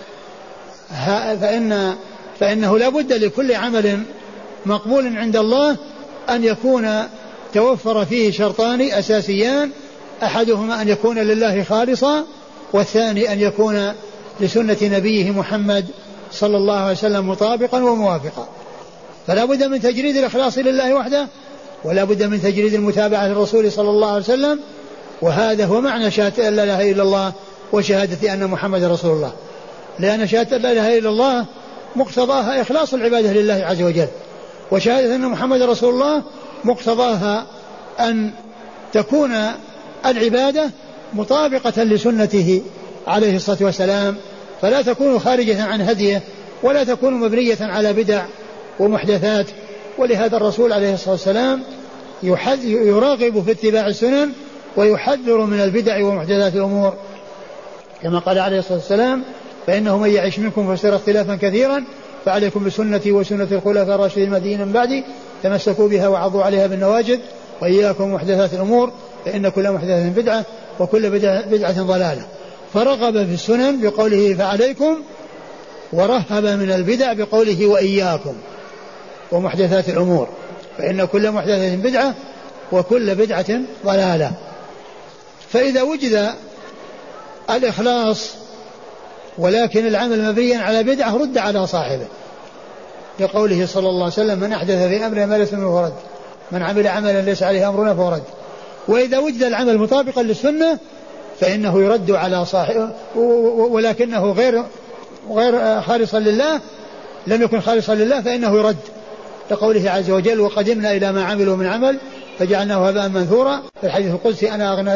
فإن فإنه لا بد لكل عمل مقبول عند الله أن يكون توفر فيه شرطان أساسيان: أحدهما أن يكون لله خالصا، والثاني أن يكون لسنة نبيه محمد صلى الله عليه وسلم مطابقا وموافقا. فلا بد من تجريد الإخلاص لله وحده، ولا بد من تجريد المتابعة للرسول صلى الله عليه وسلم، وهذا هو معنى شهادة أن لا إله إلا الله وشهادة أن محمد رسول الله، لأن شهادة لا إله إلا الله مقتضاها إخلاص العبادة لله عز وجل، وشهادة أن محمد رسول الله مقتضاها أن تكون العبادة مطابقة لسنته عليه الصلاة والسلام، فلا تكون خارجة عن هديه، ولا تكون مبنية على بدع ومحدثات. ولهذا الرسول عليه الصلاة والسلام يراغب في اتباع السنن ويحذر من البدع ومحدثات الأمور، كما قال عليه الصلاة والسلام: فإنه من يعش منكم فسيرى اختلافا كثيرا، فعليكم بسنتي وسنة الخلفاء الراشدين المهديين من بعدي، تمسكوا بها وعضوا عليها بالنواجذ، وإياكم محدثات الأمور، فإن كل محدثة بدعة وكل بدعة ضلالة. فرغب في السنن بقوله فعليكم، ورهب من البدع بقوله وإياكم ومحدثات الأمور، فإن كل محدثة بدعة وكل بدعة ضلالة. فإذا وجد الإخلاص ولكن العمل مبنيا على بدعة رد على صاحبه، لقوله صلى الله عليه وسلم: من أحدث في أمرنا ما ليس منه فهو رد، من عمل عملا ليس عليه أمرنا فهو رد. وإذا وجد العمل مطابقا للسنة فإنه يرد على صاحبه، ولكنه غير غير خالصا لله، لم يكن خالصا لله فإنه يرد، لقوله عز وجل: وقدمنا إلى ما عملوا من عمل فجعلناه هباء منثورا. في الحديث القدسي: أنا أغنى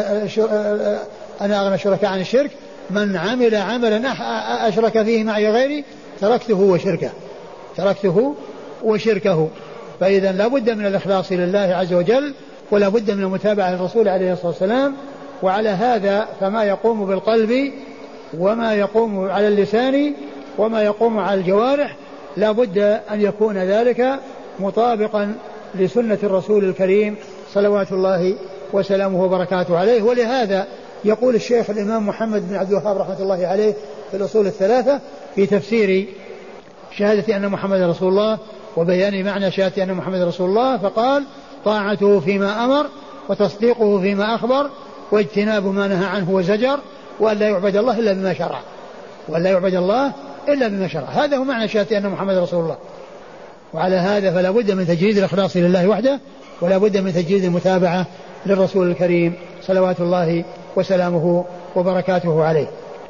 أنا أغنى الشركاء عن الشرك، من عمل عملا أشرك فيه معي غيري تركته وشركه تركته وشركه. فإذا لا بد من الإخلاص لله عز وجل، ولا بد من المتابعة للرسول عليه الصلاة والسلام. وعلى هذا فما يقوم بالقلب وما يقوم على اللسان وما يقوم على الجوارح لا بد أن يكون ذلك مطابقا لسنة الرسول الكريم صلوات الله وسلامه وبركاته عليه. ولهذا يقول الشيخ الإمام محمد بن عبد الوهاب رحمة الله عليه في الأصول الثلاثة في تفسير شهادة أن محمد رسول الله وبيان معنى شهادة أن محمد رسول الله، فقال: طاعته فيما أمر، وتصديقه فيما أخبر، واجتناب ما نهى عنه وزجر، وأن لا يعبد الله إلا بما شرع وأن لا يعبد الله إلا بما شرع. هذا هو معنى شهادة أن محمد رسول الله. وعلى هذا فلا بد من تجريد الإخلاص لله وحده، ولا بد من تجريد المتابعة للرسول الكريم صلوات الله وسلامه وبركاته عليه.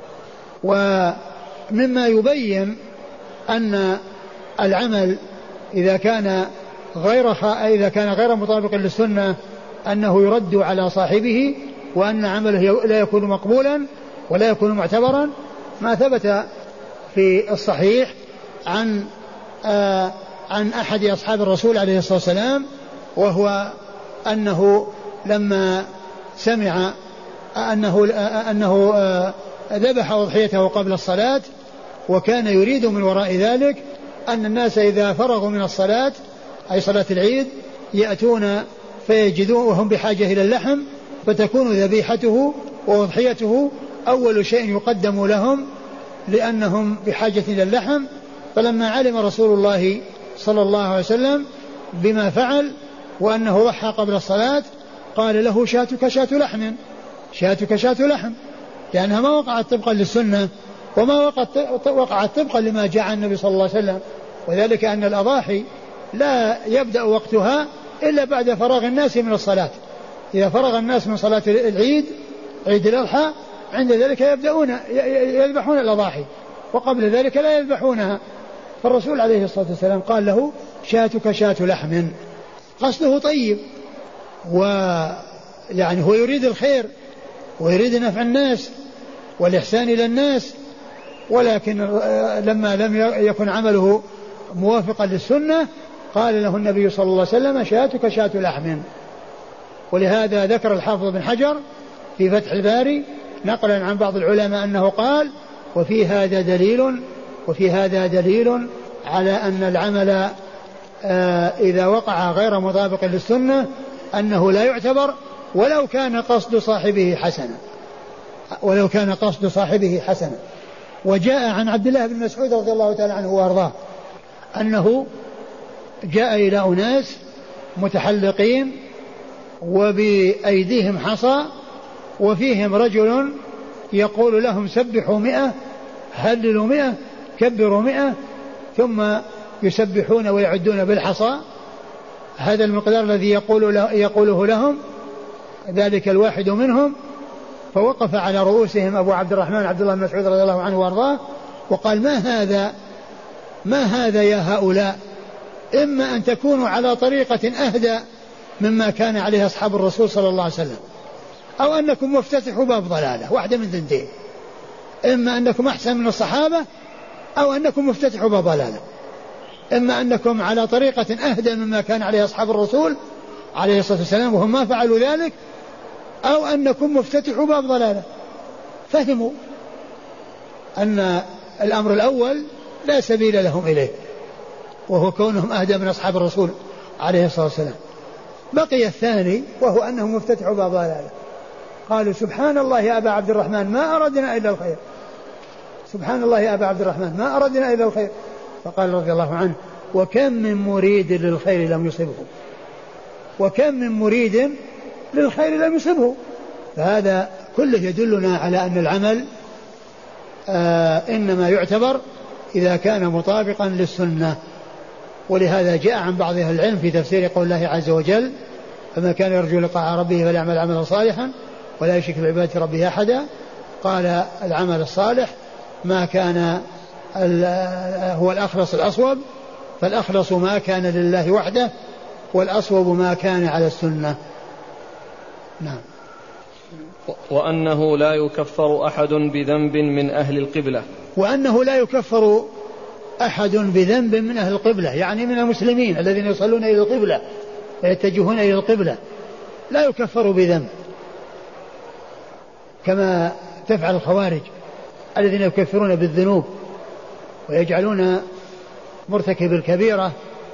ومما يبين أن العمل إذا كان غير إذا كان غير مطابق للسنة أنه يرد على صاحبه، وأن عمله لا يكون مقبولا ولا يكون معتبرا، ما ثبت في الصحيح عن آه عن أحد أصحاب الرسول عليه الصلاة والسلام، وهو أنه لما سمع أنه, أنه ذبح أضحيته قبل الصلاة، وكان يريد من وراء ذلك أن الناس إذا فرغوا من الصلاة أي صلاة العيد يأتون فيجدون وهم بحاجة إلى اللحم، فتكون ذبيحته وأضحيته أول شيء يقدم لهم لأنهم بحاجة إلى اللحم. فلما علم رسول الله صلى الله عليه وسلم بما فعل وأنه ضحى قبل الصلاة قال له شاتك شات لحم، شاتك شات لحم، لأنها ما وقعت طبقا للسنة وما وقعت طبقا لما جاء عن النبي صلى الله عليه وسلم، وذلك أن الأضاحي لا يبدأ وقتها إلا بعد فراغ الناس من الصلاة. إذا فرغ الناس من صلاة العيد عيد الأضحى عند ذلك يبدأون يذبحون الأضاحي، وقبل ذلك لا يذبحونها. فالرسول عليه الصلاة والسلام قال له شاتك شات لحم، قصده طيب، ويعني هو يريد الخير ويريد نفع الناس والإحسان إلى الناس، ولكن لما لم يكن عمله موافقا للسنة قال له النبي صلى الله عليه وسلم شاتك شات لحم. ولهذا ذكر الحافظ بن حجر في فتح الباري نقلا عن بعض العلماء أنه قال وفي هذا دليل وفي هذا دليل على أن العمل آه إذا وقع غير مطابق للسنة أنه لا يعتبر ولو كان قصد صاحبه حسنا، ولو كان قصد صاحبه حسنا. وجاء عن عبد الله بن مسعود رضي الله تعالى عنه وارضاه أنه جاء إلى أناس متحلقين وبأيديهم حصى وفيهم رجل يقول لهم سبحوا مئة هللوا مئة كبروا مئة، ثم يسبحون ويعدون بالحصى هذا المقدار الذي يقول له يقوله لهم ذلك الواحد منهم. فوقف على رؤوسهم أبو عبد الرحمن عبد الله بن مسعود رضي الله عنه وارضاه وقال ما هذا ما هذا يا هؤلاء، إما أن تكونوا على طريقة أهدى مما كان عليه أصحاب الرسول صلى الله عليه وسلم، أو أنكم مفتتحوا باب ضلالة، واحدة من ثنتين، إما أنكم أحسن من الصحابة أو أنكم مفتتحوا باب ضلالة، إما أنكم على طريقة أهدى مما كان عليه أصحاب الرسول عليه الصلاة والسلام وهم ما فعلوا ذلك، أو أنكم مفتتحوا باب ضلالة. فهموا أن الأمر الأول لا سبيل لهم إليه وهو كونهم أهدى من أصحاب الرسول عليه الصلاة والسلام. بقي الثاني وهو أنهم مفتتحوا باب ضلالة. قالوا سبحان الله يا أبا عبد الرحمن ما أردنا إلا الخير، سبحان الله يا أبا عبد الرحمن ما أردنا إلا الخير. فقال رضي الله عنه وكم من مريد للخير لم يصبه، وكم من مريد للخير لم يصبه. فهذا كله يدلنا على أن العمل آه إنما يعتبر إذا كان مطابقا للسنة. ولهذا جاء عن بعض أهل العلم في تفسير قول الله عز وجل فما كان يرجو لقاء ربه فليعمل عملا صالحا ولا يشرك بعبادة ربه أحدا. قال العمل الصالح ما كان هو الأخلص الأصوب، فالأخلص ما كان لله وحده والأصوب ما كان على السنة. نعم. وأنه لا يكفر أحد بذنب من أهل القبلة، وأنه لا يكفر أحد بذنب من أهل القبلة يعني من المسلمين الذين يصلون إلى القبلة ويتجهون إلى القبلة، لا يكفر بذنب كما تفعل الخوارج الذين يكفرون بالذنوب ويجعلون مرتكب الكبيرة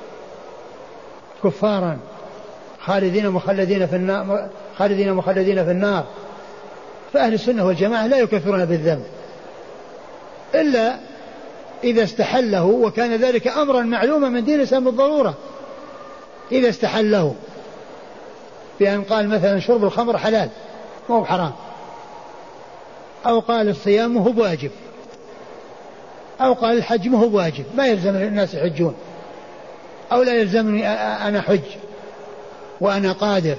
كفارا خالدين مخلدين في النار خالدين مخلدين في النار. فأهل السنة والجماعة لا يكفرون بالذنب إلا إذا استحله وكان ذلك أمرا معلوما من دين الإسلام بالضرورة. إذا استحله بأن قال مثلا شرب الخمر حلال مو بحرام، أو قال الصيام هو بواجب، أو قال الحج هو بواجب ما يلزم الناس يحجون، أو لا يلزمني أنا حج وأنا قادر.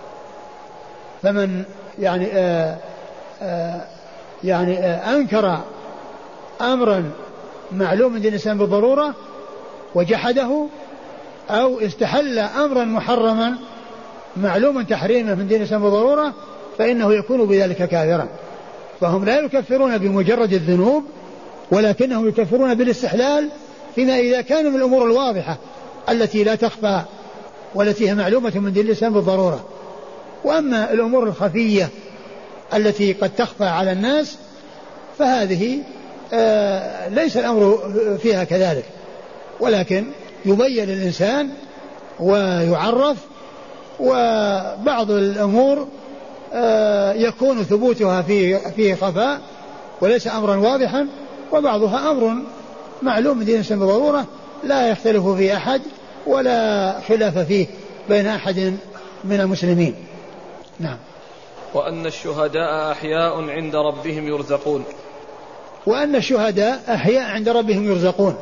فمن يعني آآ آآ يعني آآ أنكر أمرا معلوم من دين الإسلام بالضرورة وجحده، أو استحل أمرا محرما معلوم تحريمه من دين الإسلام بالضرورة، فإنه يكون بذلك كافرا. فهم لا يكفرون بمجرد الذنوب ولكنهم يكفرون بالاستحلال فيما إذا كان من الأمور الواضحة التي لا تخفى والتي هي معلومة من دين الإسلام بالضرورة. وأما الأمور الخفية التي قد تخفى على الناس فهذه آه ليس الأمر فيها كذلك، ولكن يبين للإنسان ويعرف. وبعض الأمور آه يكون ثبوتها في فيه خفاء وليس أمرا واضحا، وبعضها أمر معلوم من دين الإسلام بضرورة لا يختلف فيه أحد ولا خلاف فيه بين أحد من المسلمين. نعم. وأن الشهداء أحياء عند ربهم يرزقون. وأن الشهداء أحياء عند ربهم يرزقون.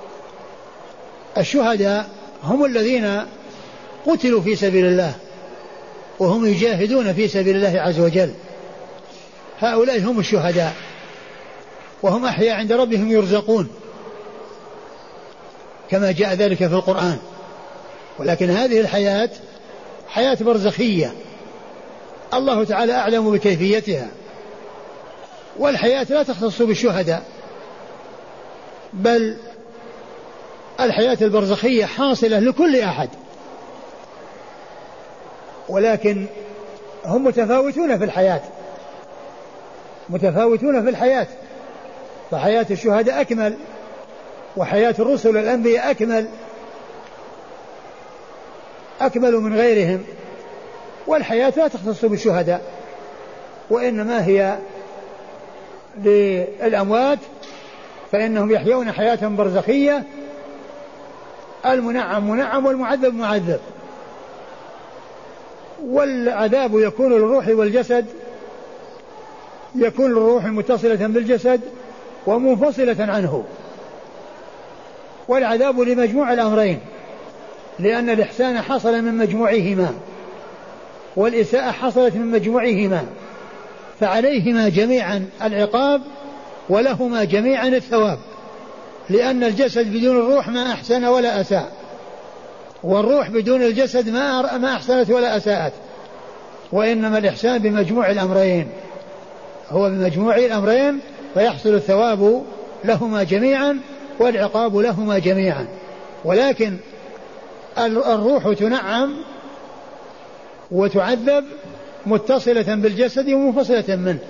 الشهداء هم الذين قتلوا في سبيل الله وهم يجاهدون في سبيل الله عز وجل، هؤلاء هم الشهداء وهم أحياء عند ربهم يرزقون كما جاء ذلك في القرآن. ولكن هذه الحياة حياة برزخية الله تعالى أعلم بكيفيتها، والحياة لا تختص بالشهداء، بل الحياة البرزخية حاصلة لكل أحد، ولكن هم متفاوتون في الحياة متفاوتون في الحياة فحياة الشهداء أكمل، وحياة الرسل والأنبياء أكمل أكمل من غيرهم. والحياة لا تختص بالشهداء، وإنما هي للأموات فإنهم يحيون حياة برزخية، المنعم منعم والمعذب معذب. والعذاب يكون للروح والجسد، يكون للروح متصلة بالجسد ومنفصلة عنه، والعذاب لمجموع الأمرين، لأن الإحسان حصل من مجموعهما والإساءة حصلت من مجموعهما، فعليهما جميعا العقاب ولهما جميعا الثواب، لأن الجسد بدون الروح ما أحسن ولا أساء، والروح بدون الجسد ما ما أحسنت ولا أساءت، وإنما الإحسان بمجموع الأمرين، هو بمجموع الأمرين فيحصل الثواب لهما جميعا والعقاب لهما جميعا. ولكن الروح تنعم وتعذب متصلة بالجسد ومنفصلة منه،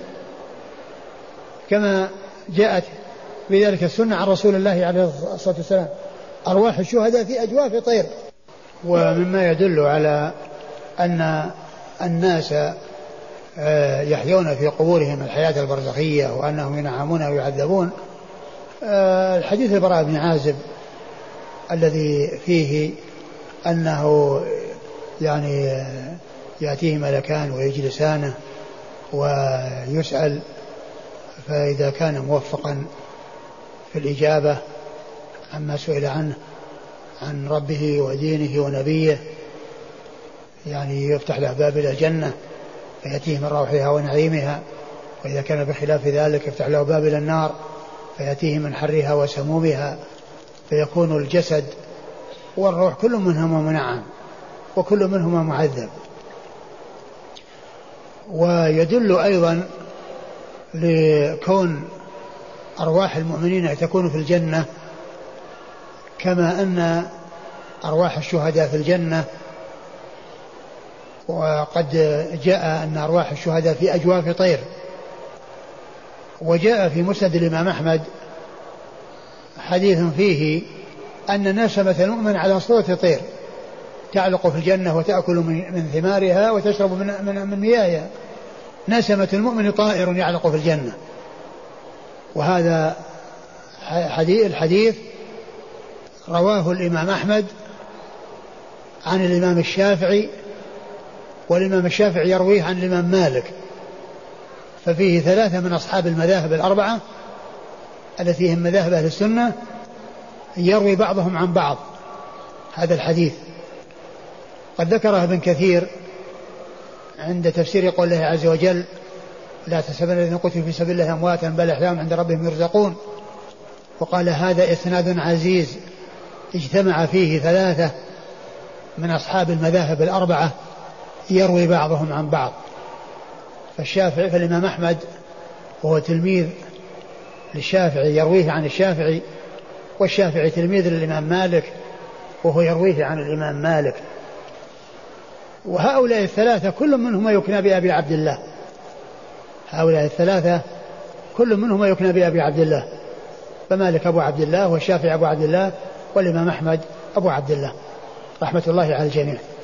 كما جاءت بذلك السنة عن رسول الله عليه الصلاة والسلام: أرواح الشهداء في أجواف طير. ومما يدل على أن الناس يحيون في قبورهم الحياة البرزخية وأنهم ينعمون ويعذبون الحديث البراء بن عازب الذي فيه أنه يعني يأتيه ملكان ويجلسانه ويسأل، فإذا كان موفقا في الإجابة عما سئل عنه عن ربه ودينه ونبيه يعني يفتح له باب إلى الجنة فيأتيه من روحها ونعيمها، وإذا كان بخلاف ذلك يفتح له باب إلى النار فيأتيه من حرها وسمومها، فيكون الجسد والروح كل منهما منعم وكل منهما معذب. ويدل أيضا لكون أرواح المؤمنين تكون في الجنة كما أن أرواح الشهداء في الجنة، وقد جاء أن أرواح الشهداء في أجواف طير. وجاء في مسند الإمام أحمد حديث فيه أن نسمة المؤمن على صورة طير تعلق في الجنة وتأكل من ثمارها وتشرب من, من, من مياهها. نسمة المؤمن طائر يعلق في الجنة. وهذا حديث الحديث رواه الإمام أحمد عن الإمام الشافعي، والإمام الشافعي يرويه عن الإمام مالك، ففيه ثلاثة من أصحاب المذاهب الأربعة التي هم مذاهب أهل السنة يروي بعضهم عن بعض هذا الحديث. قد ذكره ابن كثير عند تفسير قول الله عز وجل: لا تحسبن الذين قتلوا في سبيل الله أمواتا بل أحياء عند ربهم يرزقون. وقال: هذا إسناد عزيز اجتمع فيه ثلاثة من أصحاب المذاهب الأربعة يروي بعضهم عن بعض. فالشافعي فالإمام أحمد وهو تلميذ للشافعي يرويه عن الشافعي، والشافعي تلميذ للإمام مالك وهو يرويه عن الإمام مالك. وهؤلاء الثلاثة كل منهم يكنى بأبي عبد الله، هؤلاء الثلاثة كل منهم يكنى بأبي عبد الله، فمالك أبو عبد الله، والشافعي أبو عبد الله، والإمام أحمد أبو عبد الله رحمة الله على الجميع.